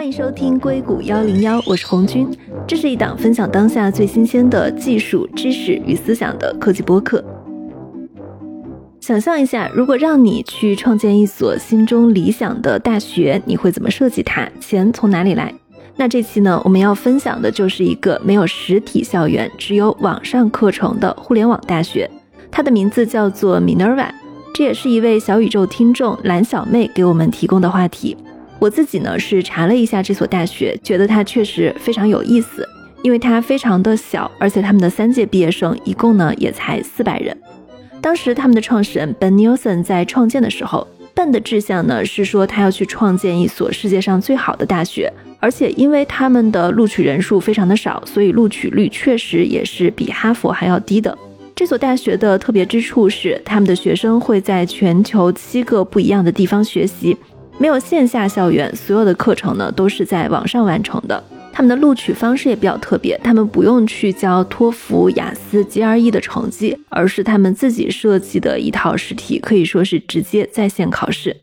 欢迎收听硅谷101，我是红军。这是一档分享当下最新鲜的技术、知识与思想的科技播客。想象一下，如果让你去创建一所心中理想的大学，你会怎么设计它？钱从哪里来？那这期呢，我们要分享的就是一个没有实体校园，只有网上课程的互联网大学。它的名字叫做 Minerva， 这也是一位小宇宙听众蓝小妹给我们提供的话题。我自己呢是查了一下这所大学，觉得它确实非常有意思，因为它非常的小，而且他们的3届毕业生一共呢也才400人。当时他们的创始人 Ben Nielsen 在创建的时候，Ben 的志向呢是说他要去创建一所世界上最好的大学，而且因为他们的录取人数非常的少，所以录取率确实也是比哈佛还要低的。这所大学的特别之处是，他们的学生会在全球7个不一样的地方学习，没有线下校园，所有的课程呢都是在网上完成的。他们的录取方式也比较特别，他们不用去交托福、雅思、GRE 的成绩，而是他们自己设计的一套试题，可以说是直接在线考试。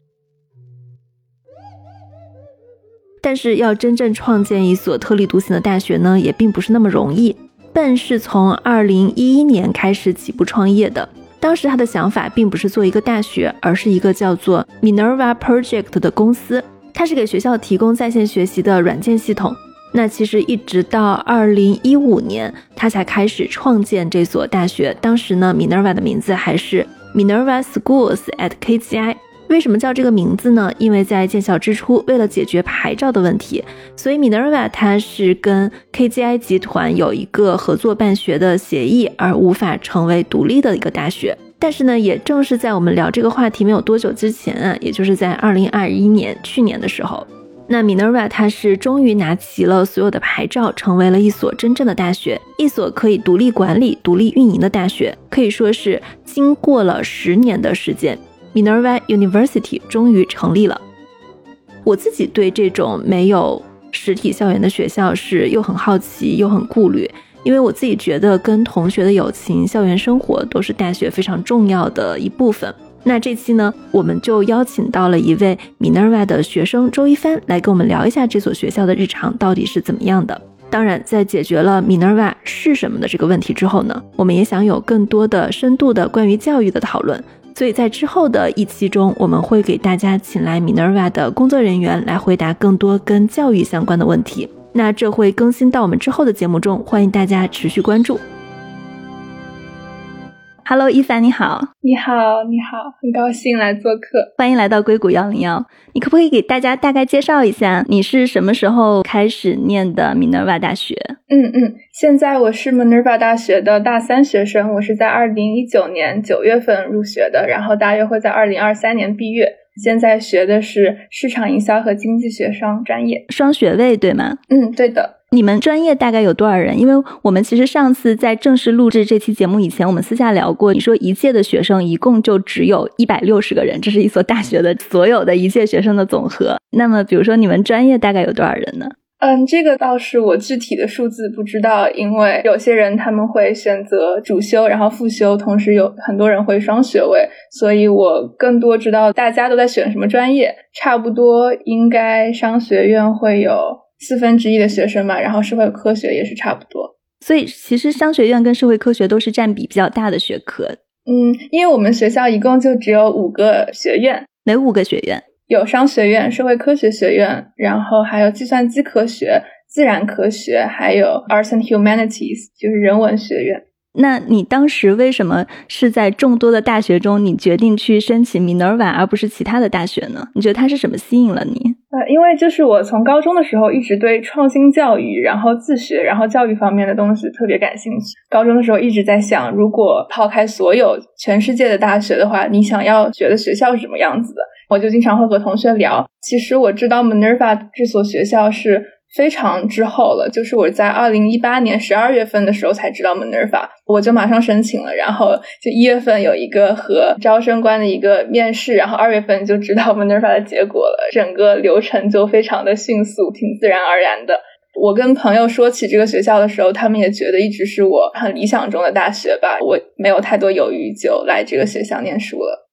但是要真正创建一所特立独行的大学呢，也并不是那么容易。Ben 是从2011年开始起步创业的，当时他的想法并不是做一个大学，而是一个叫做 Minerva Project 的公司，它是给学校提供在线学习的软件系统。那其实一直到2015年他才开始创建这所大学，当时呢 Minerva 的名字还是 Minerva Schools at KGI。 为什么叫这个名字呢？因为在建校之初，为了解决牌照的问题，所以 Minerva 它是跟 KGI 集团有一个合作办学的协议，而无法成为独立的一个大学。但是呢，也正是在我们聊这个话题没有多久之前啊，也就是在2021年去年的时候，那 Minerva 它是终于拿齐了所有的牌照，成为了一所真正的大学，一所可以独立管理、独立运营的大学。可以说是经过了10年的时间， Minerva University 终于成立了。我自己对这种没有实体校园的学校是又很好奇又很顾虑，因为我自己觉得跟同学的友情、校园生活都是大学非常重要的一部分。那这期呢，我们就邀请到了一位 Minerva 的学生周一帆来跟我们聊一下这所学校的日常到底是怎么样的。当然，在解决了 Minerva 是什么的这个问题之后呢，我们也想有更多的深度的关于教育的讨论，所以在之后的一期中，我们会给大家请来 Minerva 的工作人员来回答更多跟教育相关的问题。那这会更新到我们之后的节目中，欢迎大家持续关注。Hello， 一帆你好。 你好，你好，很高兴来做客。 欢迎来到硅谷101。你可不可以给大家大概介绍一下，你是什么时候开始念的 Minerva 大学？ 现在我是 Minerva 大学的大3学生，我是在2019年9月份入学的，然后大约会在2023年毕业。现在学的是市场营销和经济学双专业， 双学位对吗？ 对的。 你们专业大概有多少人？因为我们其实上次在正式录制这期节目以前，我们私下聊过，你说一届的学生一共就只有160个人，这是一所大学的所有的一届学生的总和。那么比如说你们专业大概有多少人呢？ 这个倒是我具体的数字不知道，因为有些人他们会选择主修然后副修，同时有很多人会双学位，所以我更多知道大家都在选什么专业。差不多应该商学院会有1/4的学生嘛，然后社会科学也是差不多。 所以其实商学院跟社会科学都是占比比较大的学科。 因为我们学校一共就只有5个学院。 哪5个学院？ 有商学院、社会科学学院，然后还有计算机科学、自然科学，还有 Arts and Humanities， 就是人文学院。 那你当时为什么是在众多的大学中，你决定去申请 Minerva 而不是其他的大学呢？你觉得它是什么吸引了你？ 因为就是我从高中的时候一直对创新教育，然后自学，然后教育方面的东西特别感兴趣。高中的时候一直在想，如果抛开所有全世界的大学的话，你想要学的学校是什么样子的？我就经常会和同学聊。其实我知道 Minerva 这所学校是非常之后了，就是我在2018年12月份的时候才知道 Minerva， 我就马上申请了，然后就1月份有一个和招生官的一个面试，然后2月份就知道 Minerva 的结果了，整个流程就非常的迅速，挺自然而然的。我跟朋友说起这个学校的时候，他们也觉得一直是我很理想中的大学吧，我没有太多犹豫就来这个学校念书了。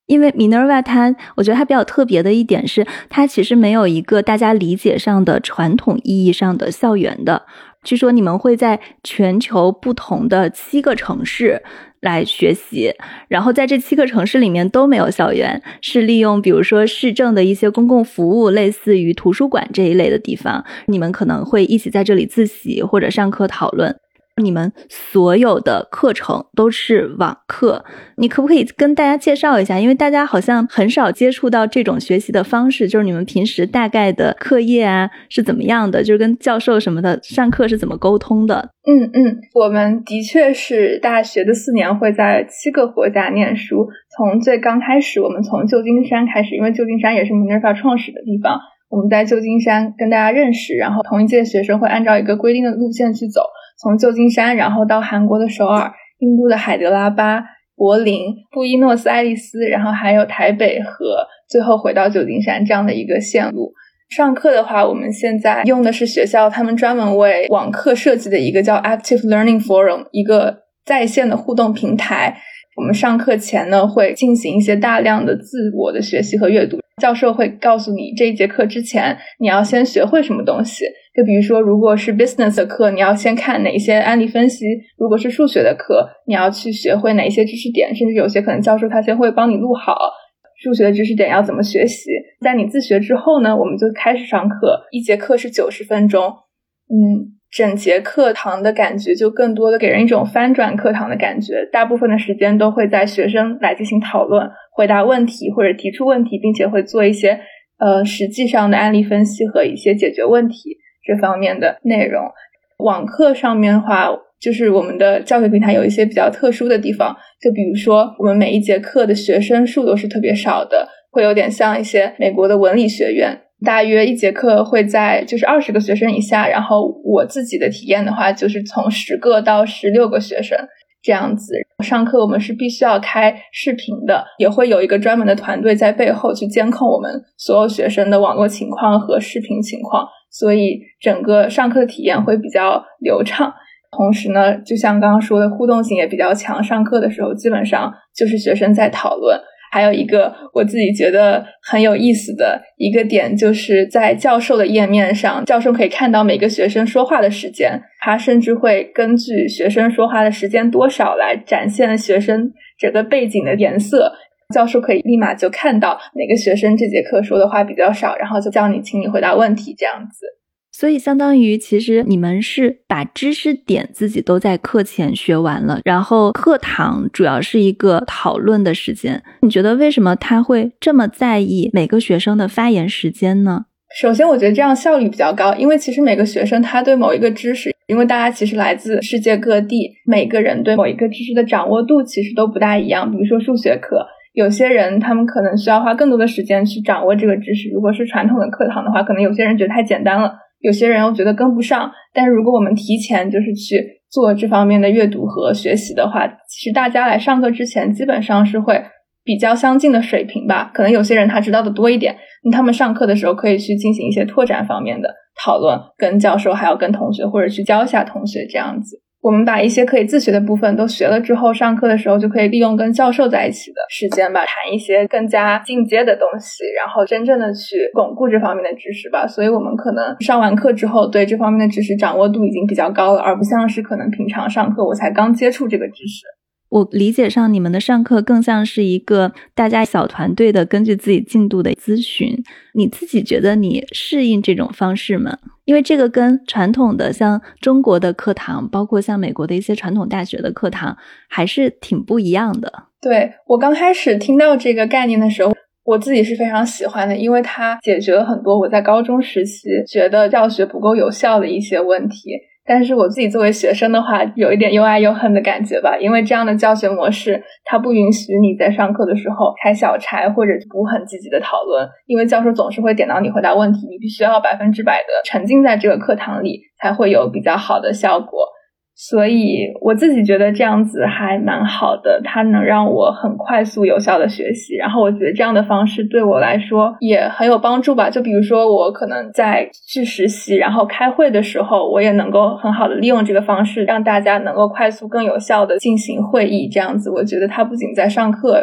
因为 Minerva 我觉得它比较特别的一点是，它其实没有一个大家理解上的传统意义上的校园的。据说你们会在全球不同的7个城市来学习，然后在这7个城市里面都没有校园，是利用比如说市政的一些公共服务，类似于图书馆这一类的地方，你们可能会一起在这里自习或者上课讨论。你们所有的课程都是网课，你可不可以跟大家介绍一下？因为大家好像很少接触到这种学习的方式，就是你们平时大概的课业啊是怎么样的，就是跟教授什么的上课是怎么沟通的？ 我们的确是大学的4年会在7个国家念书，从最刚开始我们从旧金山开始，因为旧金山也是 Minerva 创始的地方，我们在旧金山跟大家认识，然后同一届学生会按照一个规定的路线去走，从旧金山然后到韩国的首尔、印度的海德拉巴、柏林、布宜诺斯艾利斯，然后还有台北和最后回到旧金山这样的一个线路。上课的话，我们现在用的是学校他们专门为网课设计的一个叫 Active Learning Forum， 一个在线的互动平台。我们上课前呢会进行一些大量的自我的学习和阅读，教授会告诉你这一节课之前你要先学会什么东西，就比如说如果是 business 的课，你要先看哪些案例分析，如果是数学的课，你要去学会哪些知识点，甚至有些可能教授他先会帮你录好数学的知识点要怎么学习。在你自学之后呢，我们就开始上课，一节课是90分钟，整节课堂的感觉就更多的给人一种翻转课堂的感觉，大部分的时间都会在学生来进行讨论、回答问题或者提出问题，并且会做一些实际上的案例分析和一些解决问题这方面的内容。网课上面的话，就是我们的教学平台有一些比较特殊的地方，就比如说我们每一节课的学生数都是特别少的，会有点像一些美国的文理学院，大约一节课会在就是20个学生以下，然后我自己的体验的话就是从10个到16个学生这样子。上课我们是必须要开视频的，也会有一个专门的团队在背后去监控我们所有学生的网络情况和视频情况，所以整个上课的体验会比较流畅。同时呢，就像刚刚说的，互动性也比较强，上课的时候基本上就是学生在讨论。还有一个我自己觉得很有意思的一个点，就是在教授的页面上，教授可以看到每个学生说话的时间，他甚至会根据学生说话的时间多少来展现学生整个背景的颜色，教授可以立马就看到哪个学生这节课说的话比较少，然后就叫你请你回答问题这样子。 所以相当于其实你们是把知识点自己都在课前学完了，然后课堂主要是一个讨论的时间。你觉得为什么他会这么在意每个学生的发言时间呢？ 首先我觉得这样效率比较高，因为其实每个学生他对某一个知识，因为大家其实来自世界各地，每个人对某一个知识的掌握度其实都不大一样。比如说数学课，有些人他们可能需要花更多的时间去掌握这个知识，如果是传统的课堂的话，可能有些人觉得太简单了，有些人又觉得跟不上。但是如果我们提前就是去做这方面的阅读和学习的话，其实大家来上课之前基本上是会比较相近的水平吧，可能有些人他知道的多一点，他们上课的时候可以去进行一些拓展方面的讨论，跟教授还有跟同学，或者去教一下同学这样子。我们把一些可以自学的部分都学了之后，上课的时候就可以利用跟教授在一起的时间吧，谈一些更加进阶的东西，然后真正的去巩固这方面的知识吧。所以我们可能上完课之后对这方面的知识掌握度已经比较高了，而不像是可能平常上课我才刚接触这个知识。 我理解上你们的上课更像是一个大家小团队的根据自己进度的咨询，你自己觉得你适应这种方式吗？因为这个跟传统的像中国的课堂，包括像美国的一些传统大学的课堂还是挺不一样的。 对，我刚开始听到这个概念的时候，我自己是非常喜欢的，因为它解决了很多我在高中时期觉得教学不够有效的一些问题。但是我自己作为学生的话，有一点又爱又恨的感觉吧，因为这样的教学模式它不允许你在上课的时候开小差或者不很积极的讨论，因为教授总是会点到你回答问题，你必须要100%的沉浸在这个课堂里才会有比较好的效果。所以我自己觉得这样子还蛮好的，它能让我很快速有效的学习，然后我觉得这样的方式对我来说也很有帮助吧。就比如说我可能在去实习然后开会的时候，我也能够很好的利用这个方式，让大家能够快速更有效的进行会议，这样子我觉得它不仅在上课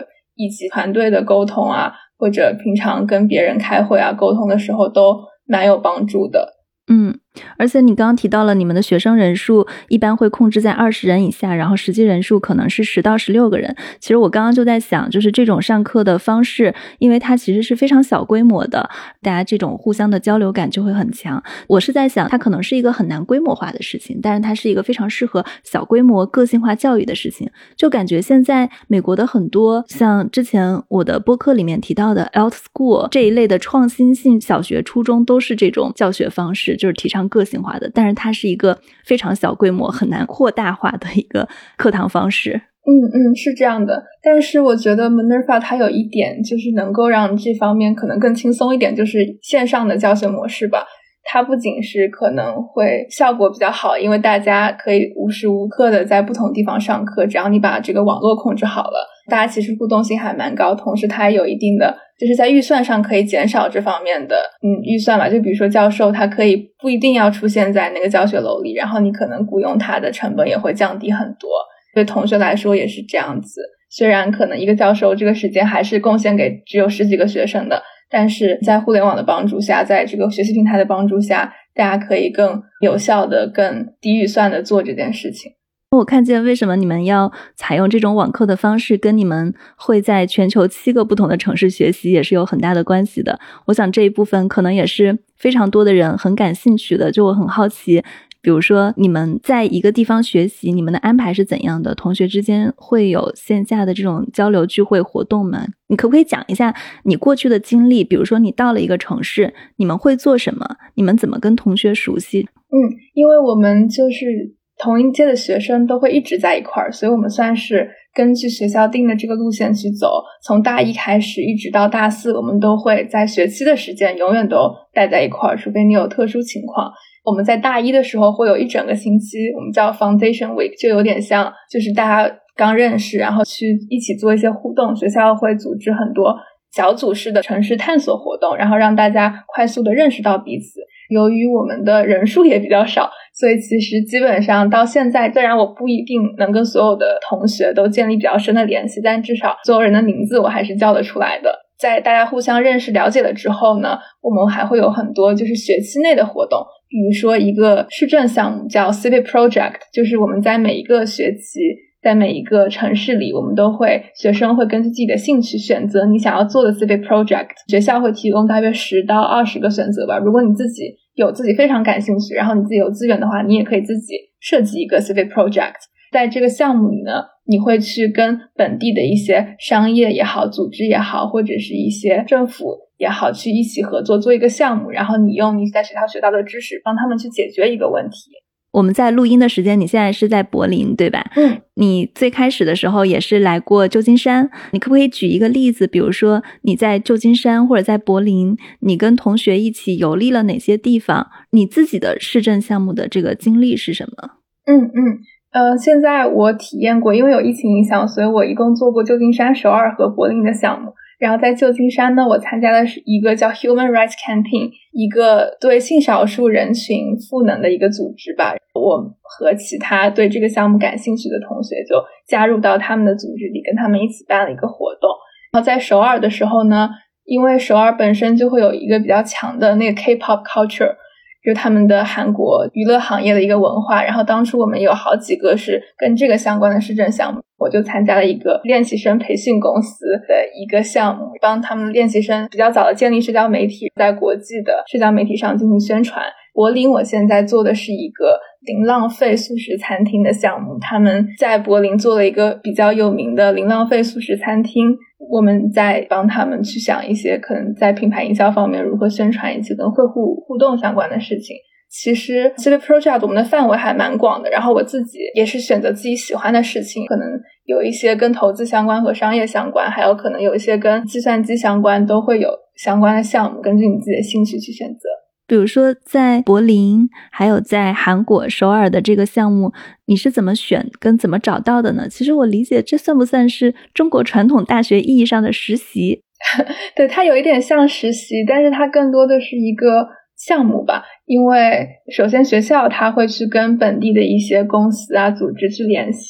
以及团队的沟通啊，或者平常跟别人开会啊沟通的时候都蛮有帮助的。 而且你刚刚提到了你们的学生人数一般会控制在20人以下，然后实际人数可能是10到16个人。其实我刚刚就在想，就是这种上课的方式，因为它其实是非常小规模的，大家这种互相的交流感就会很强。我是在想，它可能是一个很难规模化的事情，但是它是一个非常适合小规模个性化教育的事情。就感觉现在美国的很多像之前我的播客里面提到的 Alt School 这一类的创新性小学初中都是这种教学方式，就是提倡个性化的，但是它是一个非常小规模很难扩大化的一个课堂方式。 是这样的，但是我觉得 Minerva 它有一点就是能够让这方面可能更轻松一点，就是线上的教学模式吧。它不仅是可能会效果比较好，因为大家可以无时无刻的在不同地方上课，只要你把这个网络控制好了，大家其实互动性还蛮高，同时它也有一定的就是在预算上可以减少这方面的预算吧。就比如说教授他可以不一定要出现在那个教学楼里，然后你可能雇佣他的成本也会降低很多，对同学来说也是这样子。虽然可能一个教授这个时间还是贡献给只有10几个学生的，但是在互联网的帮助下，在这个学习平台的帮助下，大家可以更有效的更低预算的做这件事情。 我看见为什么你们要采用这种网课的方式，跟你们会在全球7个不同的城市学习也是有很大的关系的。我想这一部分可能也是非常多的人很感兴趣的，就我很好奇，比如说你们在一个地方学习，你们的安排是怎样的？同学之间会有线下的这种交流聚会活动吗？你可不可以讲一下你过去的经历？比如说你到了一个城市，你们会做什么？你们怎么跟同学熟悉？ 因为我们就是同一届的学生都会一直在一块儿，所以我们算是根据学校定的这个路线去走，从大1开始一直到大4，我们都会在学期的时间永远都待在一块儿，除非你有特殊情况。我们在大1的时候会有一整个星期，我们叫 Foundation Week， 就有点像就是大家刚认识，然后去一起做一些互动，学校会组织很多小组式的城市探索活动，然后让大家快速的认识到彼此。由于我们的人数也比较少，所以其实基本上到现在，虽然我不一定能跟所有的同学都建立比较深的联系，但至少所有人的名字我还是叫得出来的。在大家互相认识了解了之后呢，我们还会有很多就是学期内的活动，比如说一个市政项目叫 Civic Project， 就是我们在每一个学期在每一个城市里，我们都会学生会根据自己的兴趣选择你想要做的 Civic Project， 学校会提供大约10到20个选择吧。如果你自己有自己非常感兴趣，然后你自己有资源的话，你也可以自己设计一个 Civic Project。 在这个项目里呢，你会去跟本地的一些商业也好，组织也好，或者是一些政府也好，去一起合作做一个项目，然后你用你在学校学到的知识帮他们去解决一个问题。 我们在录音的时间，你现在是在柏林对吧？你最开始的时候也是来过旧金山，你可不可以举一个例子，比如说你在旧金山或者在柏林，你跟同学一起游历了哪些地方？你自己的市政项目的这个经历是什么？ 现在我体验过，因为有疫情影响，所以我一共做过旧金山、首尔和柏林的项目。然后在旧金山呢，我参加的是一个叫 Human Rights Campaign， 一个对性少数人群赋能的一个组织吧。我和其他对这个项目感兴趣的同学就加入到他们的组织里，跟他们一起办了一个活动。然后在首尔的时候呢，因为首尔本身就会有一个比较强的那个 K-pop culture，就是他们的韩国娱乐行业的一个文化，然后当初我们有好几个是跟这个相关的市政项目，我就参加了一个练习生培训公司的一个项目，帮他们练习生比较早的建立社交媒体，在国际的社交媒体上进行宣传。柏林我现在做的是一个零浪费素食餐厅的项目，他们在柏林做了一个比较有名的零浪费素食餐厅，我们在帮他们去想一些可能在品牌营销方面如何宣传以及跟客户互动相关的事情。其实 Civic Project 我们的范围还蛮广的，然后我自己也是选择自己喜欢的事情，可能有一些跟投资相关和商业相关，还有可能有一些跟计算机相关，都会有相关的项目，根据你自己的兴趣去选择。 比如说在柏林还有在韩国首尔的这个项目，你是怎么选跟怎么找到的呢？其实我理解这算不算是中国传统大学意义上的实习？ 对，它有一点像实习，但是它更多的是一个项目吧。因为首先学校它会去跟本地的一些公司啊组织去联系，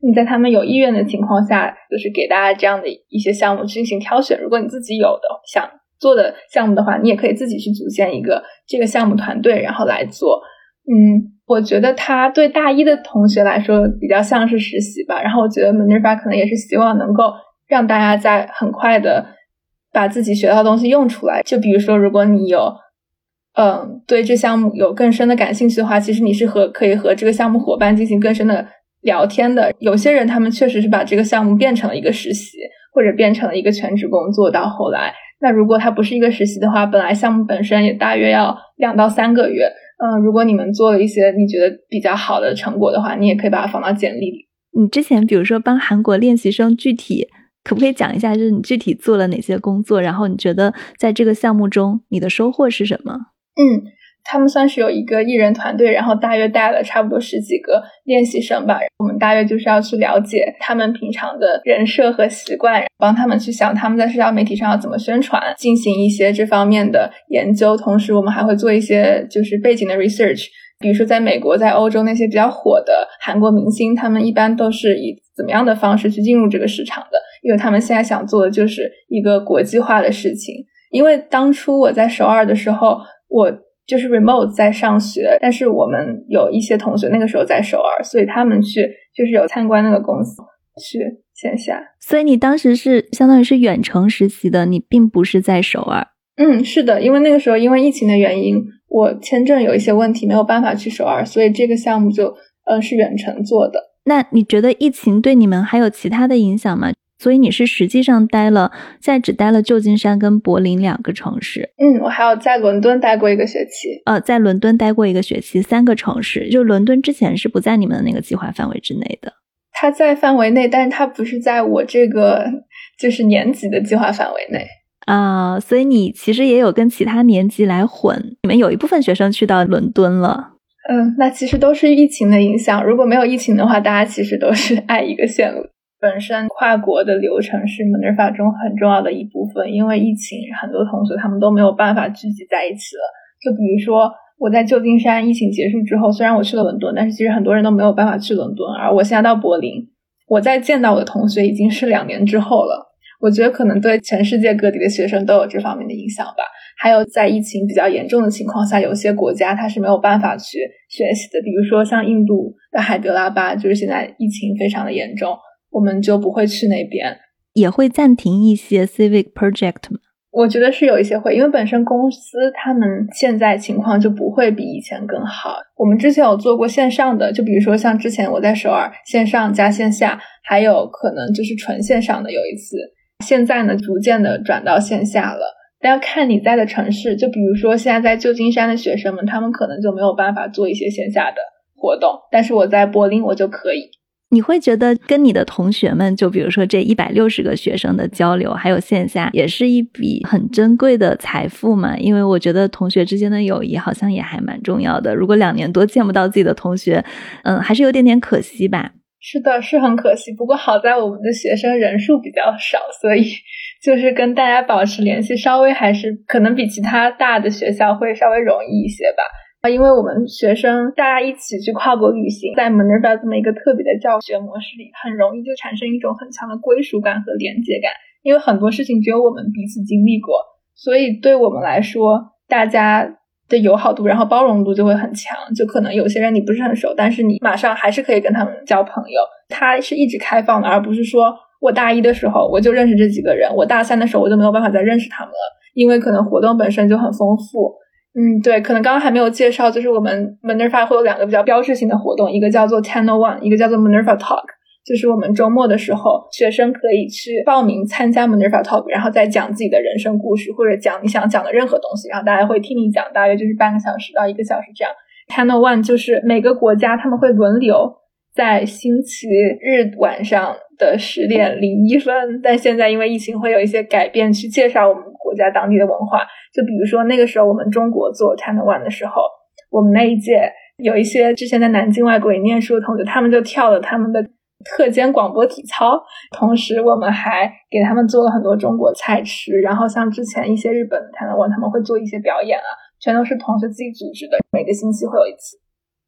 你在他们有意愿的情况下，就是给大家这样的一些项目进行挑选。如果你自己有的想做的项目的话，你也可以自己去组建一个这个项目团队，然后来做。我觉得它对大一的同学来说比较像是实习吧，然后我觉得 Minerva 可能也是希望能够让大家在很快的把自己学到的东西用出来。就比如说如果你有对这项目有更深的感兴趣的话，其实你是可以和这个项目伙伴进行更深的聊天的。有些人他们确实是把这个项目变成了一个实习，或者变成了一个全职工作，到后来那如果它不是一个实习的话，本来项目本身也大约要2到3个月。如果你们做了一些你觉得比较好的成果的话，你也可以把它放到简历里。 你之前比如说帮韩国练习生具体可不可以讲一下，就是你具体做了哪些工作，然后你觉得在这个项目中你的收获是什么？ 他们算是有一个艺人团队，然后大约带了差不多10几个练习生吧。我们大约就是要去了解他们平常的人设和习惯，帮他们去想他们在社交媒体上要怎么宣传，进行一些这方面的研究。同时我们还会做一些就是背景的 research， 比如说在美国在欧洲那些比较火的韩国明星，他们一般都是以怎么样的方式去进入这个市场的，因为他们现在想做的就是一个国际化的事情。因为当初我在首尔的时候，我就是 remote 在上学，但是我们有一些同学那个时候在首尔，所以他们就是有参观那个公司去线下。 所以你当时是相当于是远程实习的，你并不是在首尔。 是的，因为那个时候因为疫情的原因，我签证有一些问题没有办法去首尔，所以这个项目就是远程做的。 那你觉得疫情对你们还有其他的影响吗？所以你是实际上现在只待了旧金山跟柏林2个城市。 我还有在伦敦待过1个学期。 在伦敦待过1个学期，3个城市。就伦敦之前是不在你们的那个计划范围之内的。 它在范围内，但是它不是在我这个就是年级的计划范围内。 所以你其实也有跟其他年级来混，你们有一部分学生去到伦敦了。 那其实都是疫情的影响，如果没有疫情的话，大家其实都是按一个线路。本身跨国的流程是 Minerva 中很重要的一部分，因为疫情很多同学他们都没有办法聚集在一起了。就比如说我在旧金山疫情结束之后，虽然我去了伦敦，但是其实很多人都没有办法去伦敦，而我现在到柏林，我再见到我的同学已经是2年之后了。我觉得可能对全世界各地的学生都有这方面的影响吧。还有在疫情比较严重的情况下，有些国家它是没有办法去学习的，比如说像印度的海德拉巴，就是现在疫情非常的严重，我们就不会去那边。 也会暂停一些 civic project 吗？ 我觉得是有一些会，因为本身公司他们现在情况就不会比以前更好。我们之前有做过线上的，就比如说像之前我在首尔线上加线下，还有可能就是纯线上的有一次。现在呢逐渐的转到线下了，但要看你在的城市。就比如说现在在旧金山的学生们，他们可能就没有办法做一些线下的活动，但是我在柏林我就可以。 你会觉得跟你的同学们，就比如说这160个学生的交流还有线下，也是一笔很珍贵的财富嘛？因为我觉得同学之间的友谊好像也还蛮重要的，如果2年多见不到自己的同学，还是有点可惜吧。 是的，是很可惜，不过好在我们的学生人数比较少，所以就是跟大家保持联系稍微还是可能比其他大的学校会稍微容易一些吧。因为我们学生大家一起去跨国旅行，在 Minerva 这么一个特别的教学模式里，很容易就产生一种很强的归属感和连接感，因为很多事情只有我们彼此经历过，所以对我们来说大家的友好度然后包容度就会很强。就可能有些人你不是很熟，但是你马上还是可以跟他们交朋友，它是一直开放的，而不是说我大一的时候我就认识这几个人，我大3的时候我就没有办法再认识他们了，因为可能活动本身就很丰富。对，可能刚刚还没有介绍，就是我们 Minerva 会有2个比较标志性的活动，一个叫做 1001， 一个叫做 Minerva Talk。就是我们周末的时候，学生可以去报名参加 Minerva Talk， 然后再讲自己的人生故事，或者讲你想讲的任何东西，然后大家会听你讲，大约就是半个小时到1个小时这样。1001就是每个国家他们会轮流在星期日晚上的10点01分，但现在因为疫情会有一些改变，去介绍我们国家当地的文化。就比如说那个时候我们中国做 1001 的时候，我们那一届有一些之前在南京外国语念书的同学，他们就跳了他们的课间广播体操，同时我们还给他们做了很多中国菜吃，然后像之前一些日本的 1001 他们会做一些表演啊，全都是同学自己组织的，每个星期会有一次。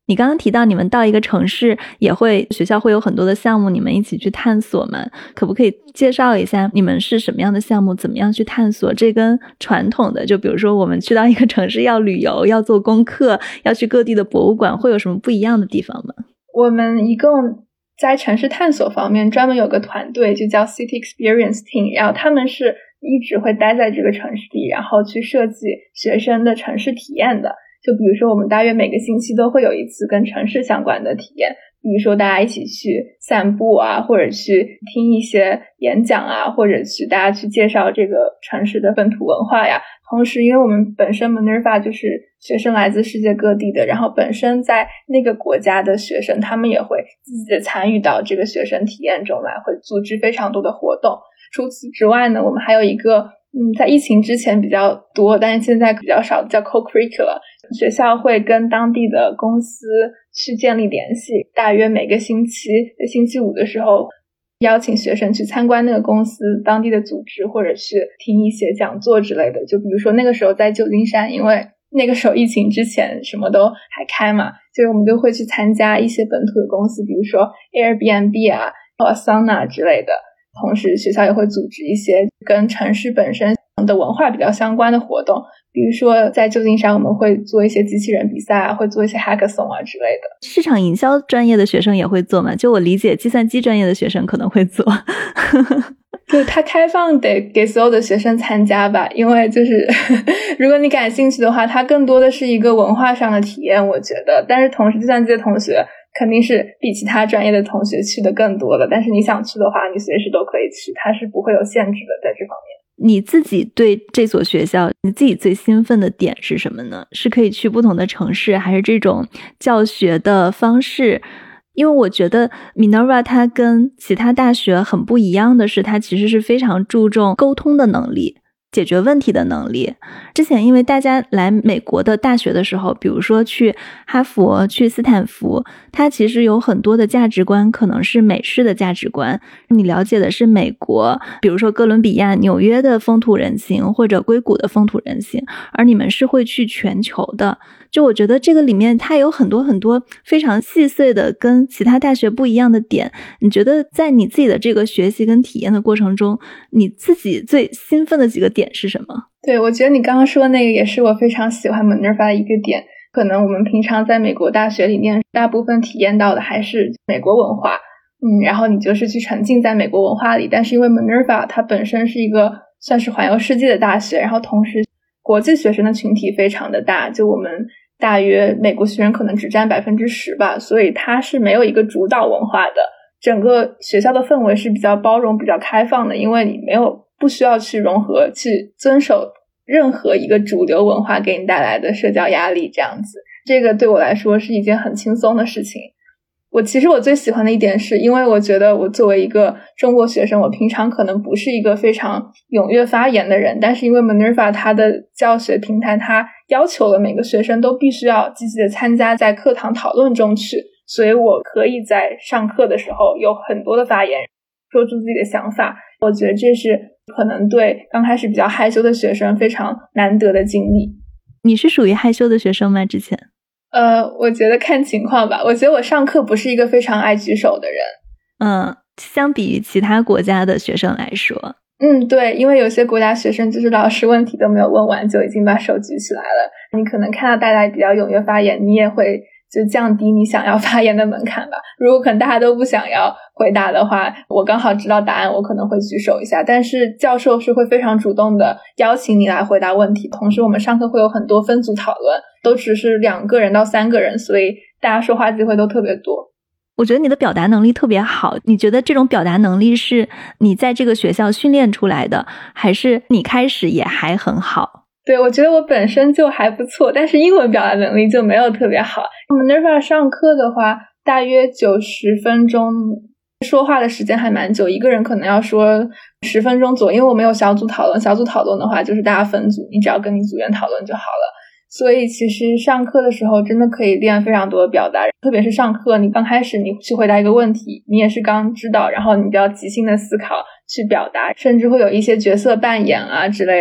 你刚刚提到你们到一个城市学校会有很多的项目，你们一起去探索嘛？可不可以介绍一下你们是什么样的项目，怎么样去探索？这跟传统的就比如说我们去到一个城市要旅游，要做功课，要去各地的博物馆，会有什么不一样的地方吗？ 我们一共在城市探索方面专门有个团队，就叫 City Experience Team， 然后他们是一直会待在这个城市里，然后去设计学生的城市体验的。就比如说我们大约每个星期都会有一次跟城市相关的体验，比如说大家一起去散步啊，或者去听一些演讲啊，或者大家去介绍这个城市的本土文化呀。同时因为我们本身 Minerva 就是学生来自世界各地的，然后本身在那个国家的学生他们也会积极的参与到这个学生体验中来，会组织非常多的活动。除此之外呢，我们还有一个在疫情之前比较多但是现在比较少的叫 co-curricular， 学校会跟当地的公司去建立联系，大约每个星期五的时候邀请学生去参观那个公司当地的组织，或者去听一些讲座之类的。就比如说那个时候在旧金山，因为那个时候疫情之前什么都还开嘛，所以我们就会去参加一些本土的公司，比如说 Airbnb 啊 Asana 之类的。同时学校也会组织一些跟城市本身的文化比较相关的活动，比如说在旧金山我们会做一些机器人比赛啊，会做一些 hackathon 啊之类的。 市场营销专业的学生也会做吗？就我理解计算机专业的学生可能会做。 就它开放得给所有的学生参加吧，因为就是如果你感兴趣的话，它更多的是一个文化上的体验我觉得。但是同时计算机的同学肯定是比其他专业的同学去的更多的，但是你想去的话你随时都可以去，它是不会有限制的在这方面。 你自己对这所学校你自己最兴奋的点是什么呢？是可以去不同的城市，还是这种教学的方式？因为我觉得 Minerva 它跟其他大学很不一样的是，它其实是非常注重沟通的能力，解决问题的能力。之前因为大家来美国的大学的时候，比如说去哈佛去斯坦福，它其实有很多的价值观可能是美式的价值观，你了解的是美国比如说哥伦比亚纽约的风土人情或者硅谷的风土人情，而你们是会去全球的。就我觉得这个里面它有很多很多非常细碎的跟其他大学不一样的点。你觉得在你自己的这个学习跟体验的过程中，你自己最兴奋的几个点是什么？ 对，我觉得你刚刚说的那个也是我非常喜欢 Minerva 的一个点。可能我们平常在美国大学里面大部分体验到的还是美国文化，然后你就是去沉浸在美国文化里。但是因为 Minerva 它本身是一个算是环游世界的大学，然后同时国际学生的群体非常的大，就我们大约美国学生可能只占 10% 吧，所以它是没有一个主导文化的。整个学校的氛围是比较包容比较开放的，因为你不需要去融合去遵守任何一个主流文化给你带来的社交压力这样子。这个对我来说是一件很轻松的事情。其实我最喜欢的一点是因为我觉得我作为一个中国学生，我平常可能不是一个非常踊跃发言的人，但是因为 Minerva 它的教学平台它要求了每个学生都必须要积极的参加在课堂讨论中去，所以我可以在上课的时候有很多的发言，说出自己的想法。我觉得这是可能对刚开始比较害羞的学生非常难得的经历。 你是属于害羞的学生吗？之前我觉得看情况吧。我觉得我上课不是一个非常爱举手的人。 相比于其他国家的学生来说。 对，因为有些国家学生就是老师问题都没有问完就已经把手举起来了，你可能看到大家比较踊跃发言，你也会就降低你想要发言的门槛吧。如果可能大家都不想要回答的话，我刚好知道答案，我可能会举手一下，但是教授是会非常主动的邀请你来回答问题。同时我们上课会有很多分组讨论，都只是2个人到3个人，所以大家说话机会都特别多。 我觉得你的表达能力特别好，你觉得这种表达能力是你在这个学校训练出来的，还是你开始也还很好？ 对，我觉得我本身就还不错，但是英文表达能力就没有特别好。我们 Minerva 上课的话大约90分钟，说话的时间还蛮久，一个人可能要说10分钟左右，因为我们有小组讨论，小组讨论的话就是大家分组，你只要跟你组员讨论就好了。所以其实上课的时候真的可以练非常多的表达，特别是上课你刚开始你去回答一个问题，你也是刚知道，然后你就要即兴的思考去表达，甚至会有一些角色扮演啊之类的。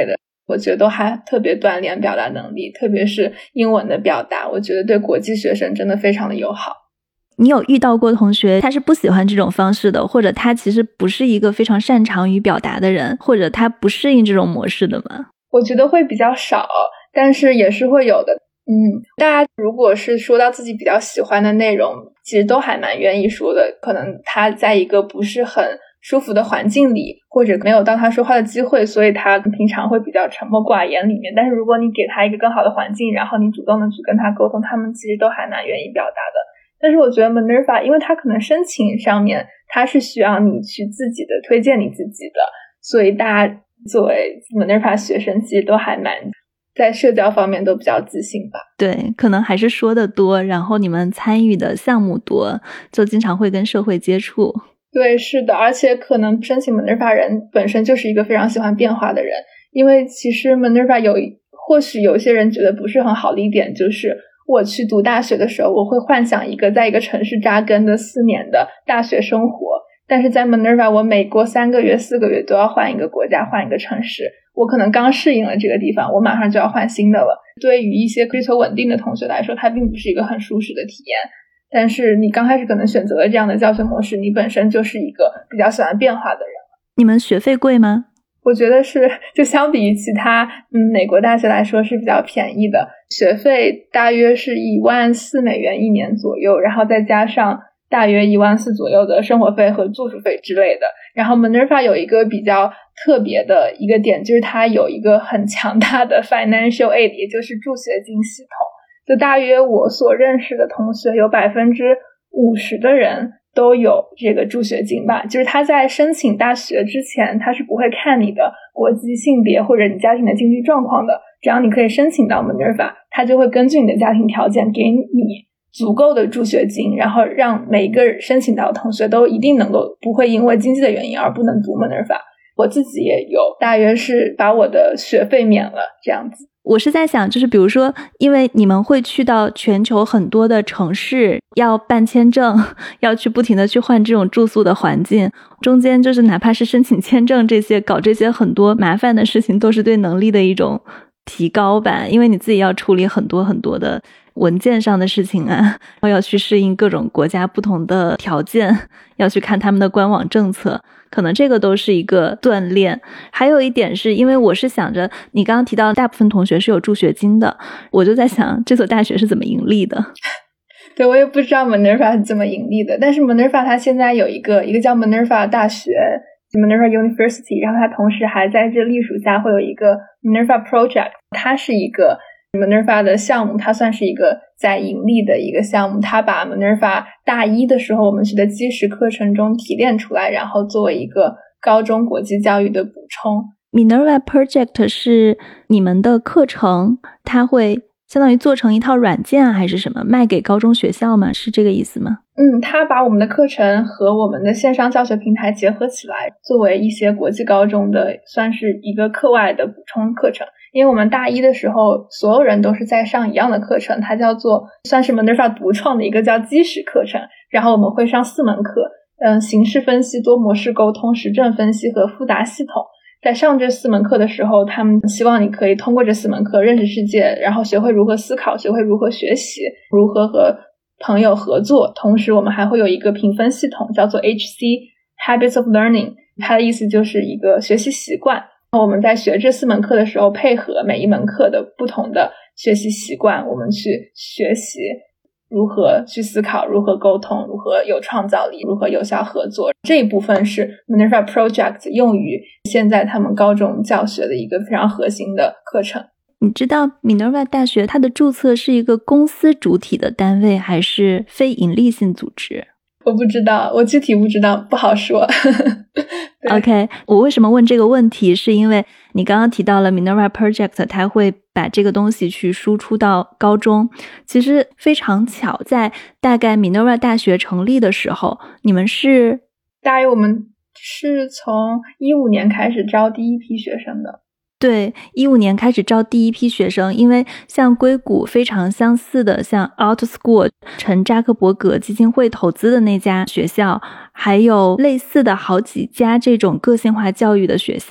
我觉得都还特别锻炼表达能力，特别是英文的表达，我觉得对国际学生真的非常的友好。 你有遇到过同学他是不喜欢这种方式的，或者他其实不是一个非常擅长于表达的人，或者他不适应这种模式的吗？ 我觉得会比较少，但是也是会有的。大家如果是说到自己比较喜欢的内容，其实都还蛮愿意说的。可能他在一个不是很舒服的环境里，或者没有到他说话的机会，所以他平常会比较沉默寡言里面。但是如果你给他一个更好的环境，然后你主动的去跟他沟通，他们其实都还蛮愿意表达的。但是我觉得 Minerva 因为他可能申请上面他是需要你去自己的推荐你自己的，所以大家作为 Minerva 学生其实都还蛮在社交方面都比较自信吧。 对，可能还是说的多，然后你们参与的项目多，就经常会跟社会接触。 对，是的，而且可能申请 Minerva 人本身就是一个非常喜欢变化的人，因为其实 Minerva 或许有些人觉得不是很好的一点，就是我去读大学的时候，我会幻想在一个城市扎根的4年的大学生活，但是在 Minerva 我每过3个月4个月都要换一个国家，换一个城市，我可能刚适应了这个地方，我马上就要换新的了。对于一些追求稳定的同学来说，它并不是一个很舒适的体验，但是你刚开始可能选择了这样的教学模式，你本身就是一个比较喜欢变化的人。 你们学费贵吗？ 我觉得是，就相比于其他美国大学来说是比较便宜的，学费大约是$14,000一年左右，然后再加上大约$14,000左右的生活费和住宿费之类的。然后 Minerva 有一个比较特别的一个点，就是它有一个很强大的 financial aid， 也就是助学金系统。就大约我所认识的同学有50%的人都有这个助学金吧，就是他在申请大学之前，他是不会看你的国籍、性别或者你家庭的经济状况的，只要你可以申请到 Minerva， 他就会根据你的家庭条件给你足够的助学金，然后让每一个申请到的同学都一定能够不会因为经济的原因而不能读 Minerva。 我自己也有大约是把我的学费免了这样子。 我是在想，就是比如说因为你们会去到全球很多的城市，要办签证，要去不停的去换这种住宿的环境，中间就是哪怕是申请签证这些搞这些很多麻烦的事情，都是对能力的一种提高吧，因为你自己要处理很多很多的文件上的事情啊，然后要去适应各种国家不同的条件，要去看他们的官网政策，可能这个都是一个锻炼。还有一点是因为我是想着你刚刚提到大部分同学是有助学金的，我就在想这所大学是怎么盈利的。 对，我也不知道 Minerva 是怎么盈利的，但是 Minerva 它现在有一个叫 Minerva 大学 Minerva University， 然后它同时还在这隶属下会有一个 Minerva Project， 它是一个 Minerva 的项目，它算是一个在盈利的一个项目，它把 Minerva 大一的时候我们学的基石课程中提炼出来，然后作为一个高中国际教育的补充。 Minerva Project 是你们的课程，它会相当于做成一套软件还是什么卖给高中学校吗？是这个意思吗？ 它把我们的课程和我们的线上教学平台结合起来，作为一些国际高中的算是一个课外的补充课程。因为我们大一的时候所有人都是在上一样的课程，它叫做算是 Minerva 独创的一个叫基石课程，然后我们会上4门课，形式分析、多模式沟通、实证分析和复答系统。在上这4门课的时候，他们希望你可以通过这4门课认识世界，然后学会如何思考，学会如何学习，如何和朋友合作。同时我们还会有一个评分系统叫做 HC Habits of Learning， 它的意思就是一个学习习惯。我们在学这4门课的时候，配合每一门课的不同的学习习惯，我们去学习如何去思考，如何沟通，如何有创造力，如何有效合作。这一部分是 Minerva Project 用于现在他们高中教学的一个非常核心的课程。 你知道 Minerva 大学它的注册是一个公司主体的单位还是非盈利性组织？ 我不知道，我具体不知道，不好说。 OK， 我为什么问这个问题，是因为你刚刚提到了 Minerva Project， 它会把这个东西去输出到高中。其实非常巧，在大概 Minerva 大学成立的时候，你们是大约我们是从15年开始招第一批学生的。 对，15年开始招第一批学生，因为像硅谷非常相似的，像 OutSchool 陈扎克伯格基金会投资的那家学校，还有类似的好几家这种个性化教育的学校，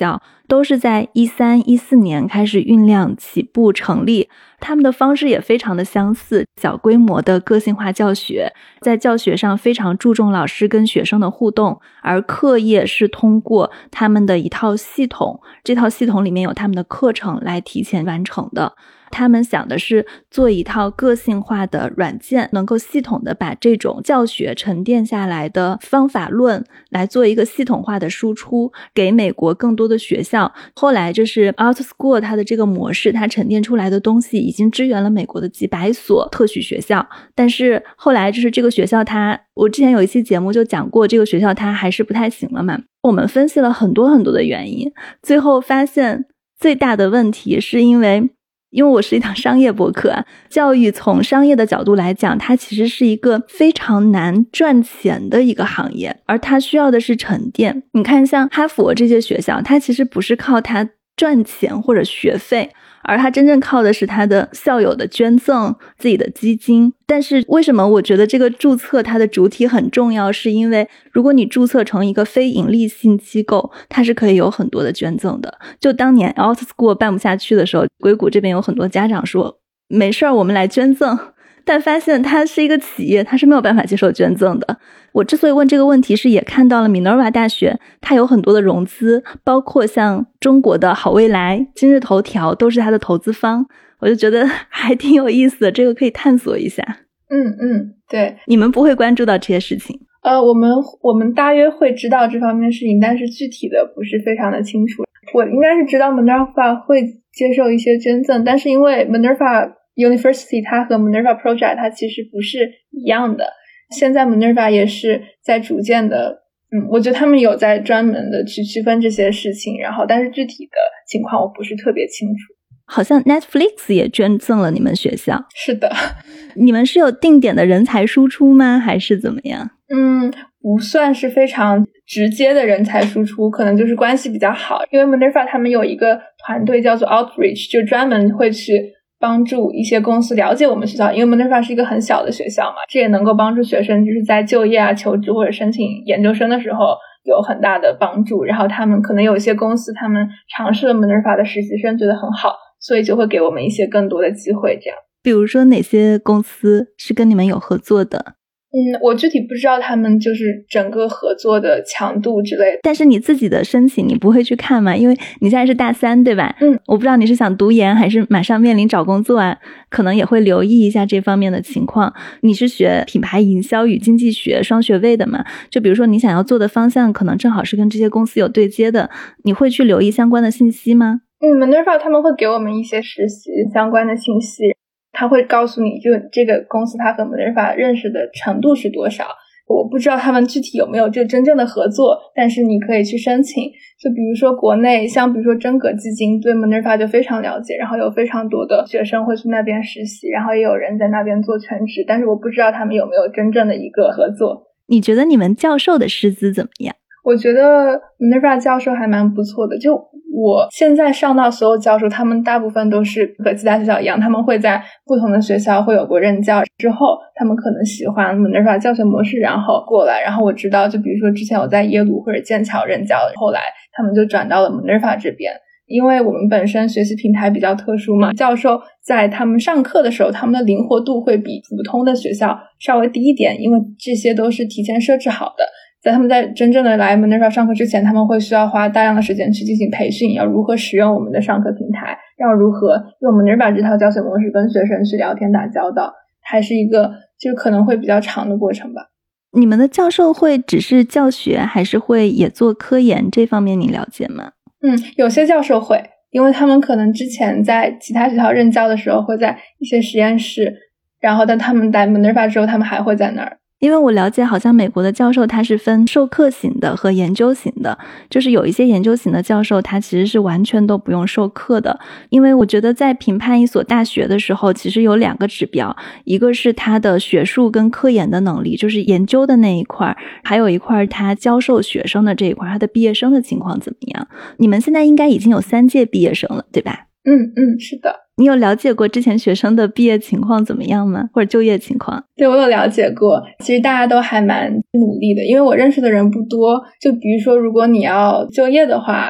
都是在13、14年开始酝酿起步成立。他们的方式也非常的相似，小规模的个性化教学，在教学上非常注重老师跟学生的互动，而课业是通过他们的一套系统，这套系统里面有他们的课程来提前完成的。他们想的是做一套个性化的软件，能够系统的把这种教学沉淀下来的方法论来做一个系统化的输出给美国更多的学校。后来就是 OutSchool 它的这个模式，它沉淀出来的东西已经支援了美国的几百所特许学校，但是后来就是这个学校我之前有一期节目就讲过，这个学校它还是不太行了嘛。我们分析了很多很多的原因，最后发现最大的问题是因为我是一档商业播客，教育从商业的角度来讲，它其实是一个非常难赚钱的一个行业，而它需要的是沉淀。你看像哈佛这些学校，它其实不是靠它赚钱或者学费，而它真正靠的是它的校友的捐赠，自己的基金。但是为什么我觉得这个注册它的主体很重要，是因为如果你注册成一个非盈利性机构，它是可以有很多的捐赠的。就当年 OutSchool 办不下去的时候，硅谷这边有很多家长说没事儿，我们来捐赠，但发现它是一个企业，它是没有办法接受捐赠的。我之所以问这个问题，是也看到了 Minerva 大学它有很多的融资，包括像中国的好未来、今日头条都是它的投资方，我就觉得还挺有意思的，这个可以探索一下。 对， 你们不会关注到这些事情？ 我们大约会知道这方面的事情，但是具体的不是非常的清楚。我应该是知道 Minerva 会接受一些捐赠，但是因为 Minerva University 它和 Minerva Project 它其实不是一样的。现在 Minerva 也是在逐渐的我觉得他们有在专门的去区分这些事情，然后但是具体的情况我不是特别清楚。 好像 Netflix 也捐赠了你们学校。 是的。 你们是有定点的人才输出吗？还是怎么样？ 不算是非常直接的人才输出，可能就是关系比较好。因为 Minerva 他们有一个团队叫做 Outreach， 就专门会去帮助一些公司了解我们学校，因为 Minerva 是一个很小的学校嘛，这也能够帮助学生就是在就业啊、求职或者申请研究生的时候有很大的帮助。然后他们可能有一些公司他们尝试了 Minerva 的实习生觉得很好，所以就会给我们一些更多的机会这样。 比如说哪些公司是跟你们有合作的？ 我具体不知道他们就是整个合作的强度之类的。 但是你自己的申请你不会去看吗？因为你现在是大3对吧？我不知道你是想读研还是马上面临找工作啊，可能也会留意一下这方面的情况。你是学品牌营销与经济学双学位的嘛？就比如说你想要做的方向可能正好是跟这些公司有对接的，你会去留意相关的信息吗 ？Minerva 他们会给我们一些实习相关的信息，他会告诉你就这个公司他和 Minerva 认识的程度是多少。我不知道他们具体有没有这真正的合作，但是你可以去申请。就比如说国内像比如说真格基金对 Minerva 就非常了解，然后有非常多的学生会去那边实习，然后也有人在那边做全职，但是我不知道他们有没有真正的一个合作。 你觉得你们教授的师资怎么样？ 我觉得 Minerva 教授还蛮不错的，就我现在上到所有教授他们大部分都是和其他学校一样，他们会在不同的学校会有过任教，之后他们可能喜欢 Minerva 教学模式然后过来。然后我知道就比如说之前我在耶鲁或者剑桥任教，后来他们就转到了 Minerva 这边。因为我们本身学习平台比较特殊嘛，教授在他们上课的时候他们的灵活度会比普通的学校稍微低一点，因为这些都是提前设置好的。在他们在真正的来 Minerva 上课之前，他们会需要花大量的时间去进行培训，要如何使用我们的上课平台，要如何用 Minerva 这套教学模式跟学生去聊天打交道，还是一个就可能会比较长的过程吧。 你们的教授会只是教学还是会也做科研，这方面你了解吗？ 有些教授会，因为他们可能之前在其他学校任教的时候会在一些实验室，然后但他们在 Minerva 之后他们还会在那儿。 因为我了解好像美国的教授他是分授课型的和研究型的，就是有一些研究型的教授他其实是完全都不用授课的。因为我觉得在评判一所大学的时候其实有2个指标，一个是他的学术跟科研的能力，就是研究的那一块，还有一块他教授学生的这一块，他的毕业生的情况怎么样。你们现在应该已经有3届毕业生了对吧？ 是的。 你有了解过之前学生的毕业情况怎么样吗？或者就业情况？ 对，我有了解过，其实大家都还蛮努力的，因为我认识的人不多，就比如说如果你要就业的话，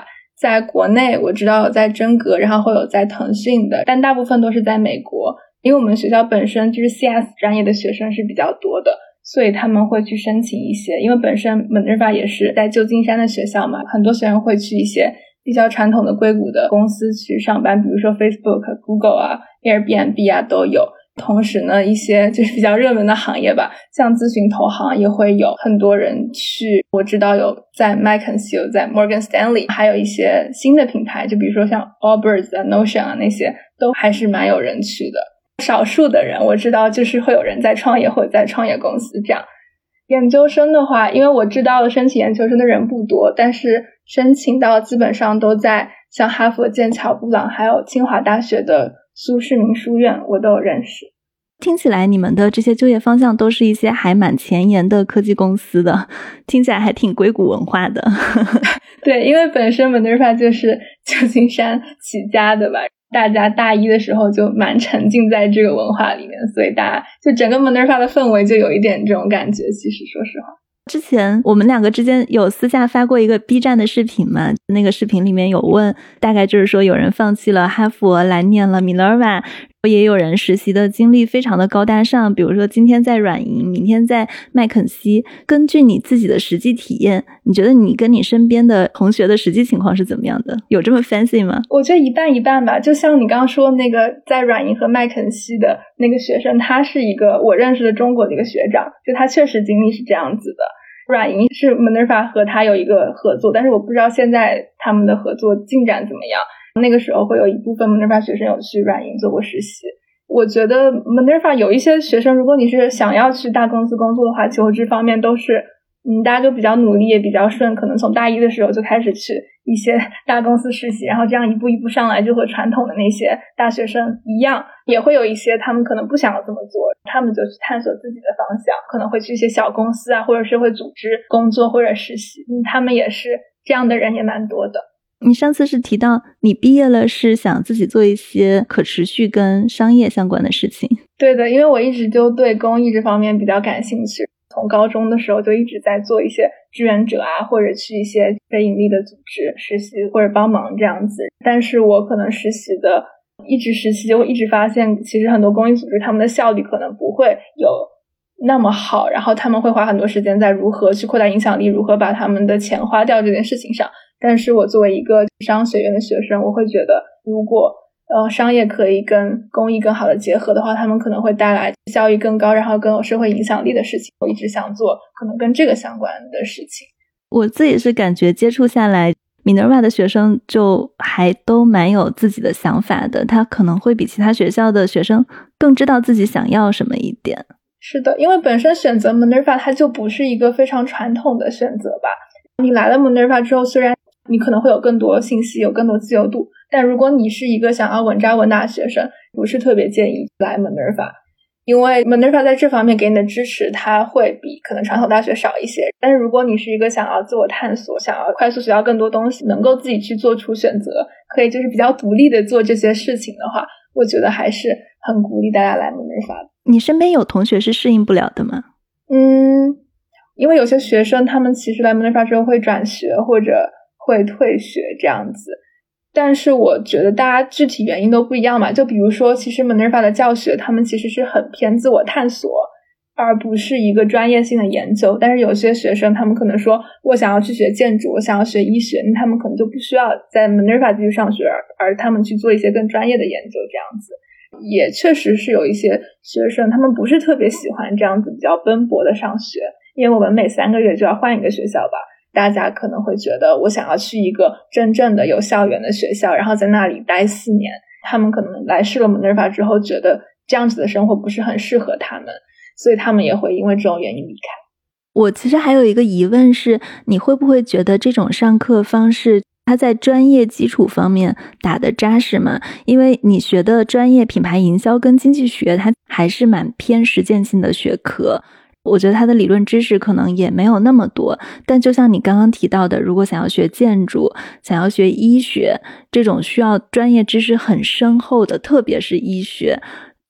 在国内我知道有在真格，然后会有在腾讯的，但大部分都是在美国。因为我们学校本身就是 CS 专业的学生是比较多的，所以他们会去申请一些，因为本身 Minerva 也是在旧金山的学校嘛，很多学生会去一些比较传统的硅谷的公司去上班，比如说 Facebook、Google 啊、Airbnb 啊都有。同时呢，一些就是比较热门的行业吧，像咨询投行也会有很多人去。我知道有在 McKinsey 有在 Morgan Stanley， 还有一些新的品牌，就比如说像 Allbirds 啊 Notion 啊，那些都还是蛮有人去的。少数的人我知道就是会有人在创业或者在创业公司这样。研究生的话，因为我知道申请研究生的人不多，但是申请到基本上都在像哈佛、剑桥、布朗还有清华大学的苏世民书院我都有认识。 听起来你们的这些就业方向都是一些还蛮前沿的科技公司的，听起来还挺硅谷文化的。 对，因为本身 Minerva 就是旧金山起家的吧，大家大一的时候就蛮沉浸在这个文化里面，所以大家就整个 Minerva 的氛围就有一点这种感觉。其实说实话， 之前我们两个之间有私下发过一个 B 站的视频嘛，那个视频里面有问，大概就是说有人放弃了哈佛来念了 Minerva， 也有人实习的经历非常的高大上，比如说今天在软银，明天在麦肯锡。根据你自己的实际体验，你觉得你跟你身边的同学的实际情况是怎么样的？有这么 fancy 吗？ 我觉得一半一半吧，就像你刚刚说那个在软银和麦肯锡的那个学生，他是一个我认识的中国的一个学长，就他确实经历是这样子的。软银是 Minerva 和他有一个合作，但是我不知道现在他们的合作进展怎么样。那个时候会有一部分 Minerva 学生有去软银做过实习。我觉得 Minerva 有一些学生，如果你是想要去大公司工作的话，求职方面都是大家都比较努力也比较顺，可能从大一的时候就开始去一些大公司实习，然后这样一步一步上来，就和传统的那些大学生一样。也会有一些他们可能不想要这么做，他们就去探索自己的方向，可能会去一些小公司啊，或者社会组织工作或者实习。他们也是这样的人也蛮多的。 你上次是提到你毕业了是想自己做一些可持续跟商业相关的事情。 对的，因为我一直就对公益这方面比较感兴趣，从高中的时候就一直在做一些志愿者啊，或者去一些非盈利的组织实习或者帮忙这样子。但是我可能一直实习就会一直发现，其实很多公益组织他们的效率可能不会有那么好，然后他们会花很多时间在如何去扩大影响力，如何把他们的钱花掉这件事情上。但是我作为一个商学院的学生，我会觉得如果商业可以跟公益更好的结合的话，他们可能会带来效益更高然后更有社会影响力的事情。我一直想做可能跟这个相关的事情。 我自己是感觉接触下来Minerva 的学生就还都蛮有自己的想法的，他可能会比其他学校的学生更知道自己想要什么一点。 是的，因为本身选择 Minerva 它就不是一个非常传统的选择吧。你来了 Minerva 之后，虽然你可能会有更多信息，有更多自由度，但如果你是一个想要稳扎稳打的学生，不是特别建议来 Minerva。因为 Minerva 在这方面给你的支持它会比可能传统大学少一些，但是如果你是一个想要自我探索，想要快速学到更多东西，能够自己去做出选择，可以就是比较独立的做这些事情的话，我觉得还是很鼓励大家来 Minerva 的。 你身边有同学是适应不了的吗？ 因为有些学生他们其实来 Minerva 之后会转学或者会退学这样子，但是我觉得大家具体原因都不一样嘛。就比如说其实 Minerva 的教学他们其实是很偏自我探索，而不是一个专业性的研究。但是有些学生他们可能说我想要去学建筑，我想要学医学，那他们可能就不需要在 Minerva 继续上学，而他们去做一些更专业的研究这样子。也确实是有一些学生他们不是特别喜欢这样子比较奔波的上学，因为我们每3个月就要换一个学校吧，大家可能会觉得我想要去一个真正的有校园的学校，然后在那里待4年，他们可能来试了 Minerva 之后觉得这样子的生活不是很适合他们，所以他们也会因为这种原因离开。 我其实还有一个疑问是，你会不会觉得这种上课方式它在专业基础方面打得扎实吗？因为你学的专业品牌营销跟经济学它还是蛮偏实践性的学科，我觉得它的理论知识可能也没有那么多，但就像你刚刚提到的，如果想要学建筑，想要学医学，这种需要专业知识很深厚的，特别是医学，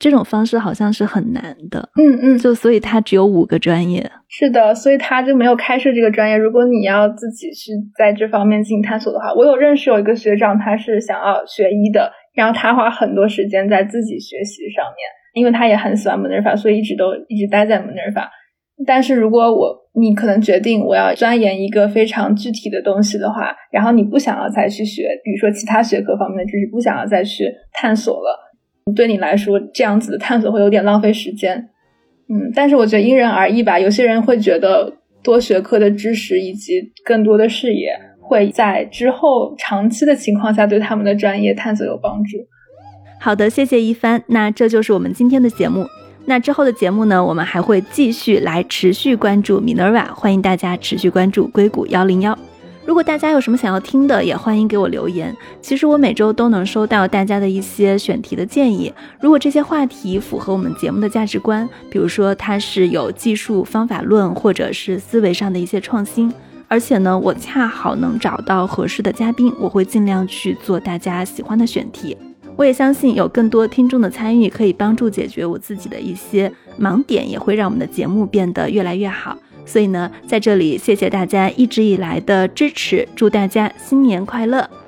这种方式好像是很难的。就所以它只有5个专业。 是的，所以他就没有开设这个专业。如果你要自己去在这方面进行探索的话，我有认识有一个学长，他是想要学医的，然后他花很多时间在自己学习上面，因为他也很喜欢 Minerva， 所以一直待在 Minerva。但是如果你可能决定我要钻研一个非常具体的东西的话，然后你不想要再去学，比如说其他学科方面的知识，不想要再去探索了，对你来说这样子的探索会有点浪费时间。但是我觉得因人而异吧，有些人会觉得多学科的知识以及更多的视野会在之后长期的情况下对他们的专业探索有帮助。 好的，谢谢一帆。那这就是我们今天的节目。那之后的节目呢，我们还会继续来持续关注 Minerva， 欢迎大家持续关注硅谷101。如果大家有什么想要听的，也欢迎给我留言。其实我每周都能收到大家的一些选题的建议，如果这些话题符合我们节目的价值观，比如说它是有技术方法论或者是思维上的一些创新，而且呢我恰好能找到合适的嘉宾，我会尽量去做大家喜欢的选题。我也相信有更多听众的参与可以帮助解决我自己的一些盲点，也会让我们的节目变得越来越好。所以呢，在这里谢谢大家一直以来的支持，祝大家新年快乐。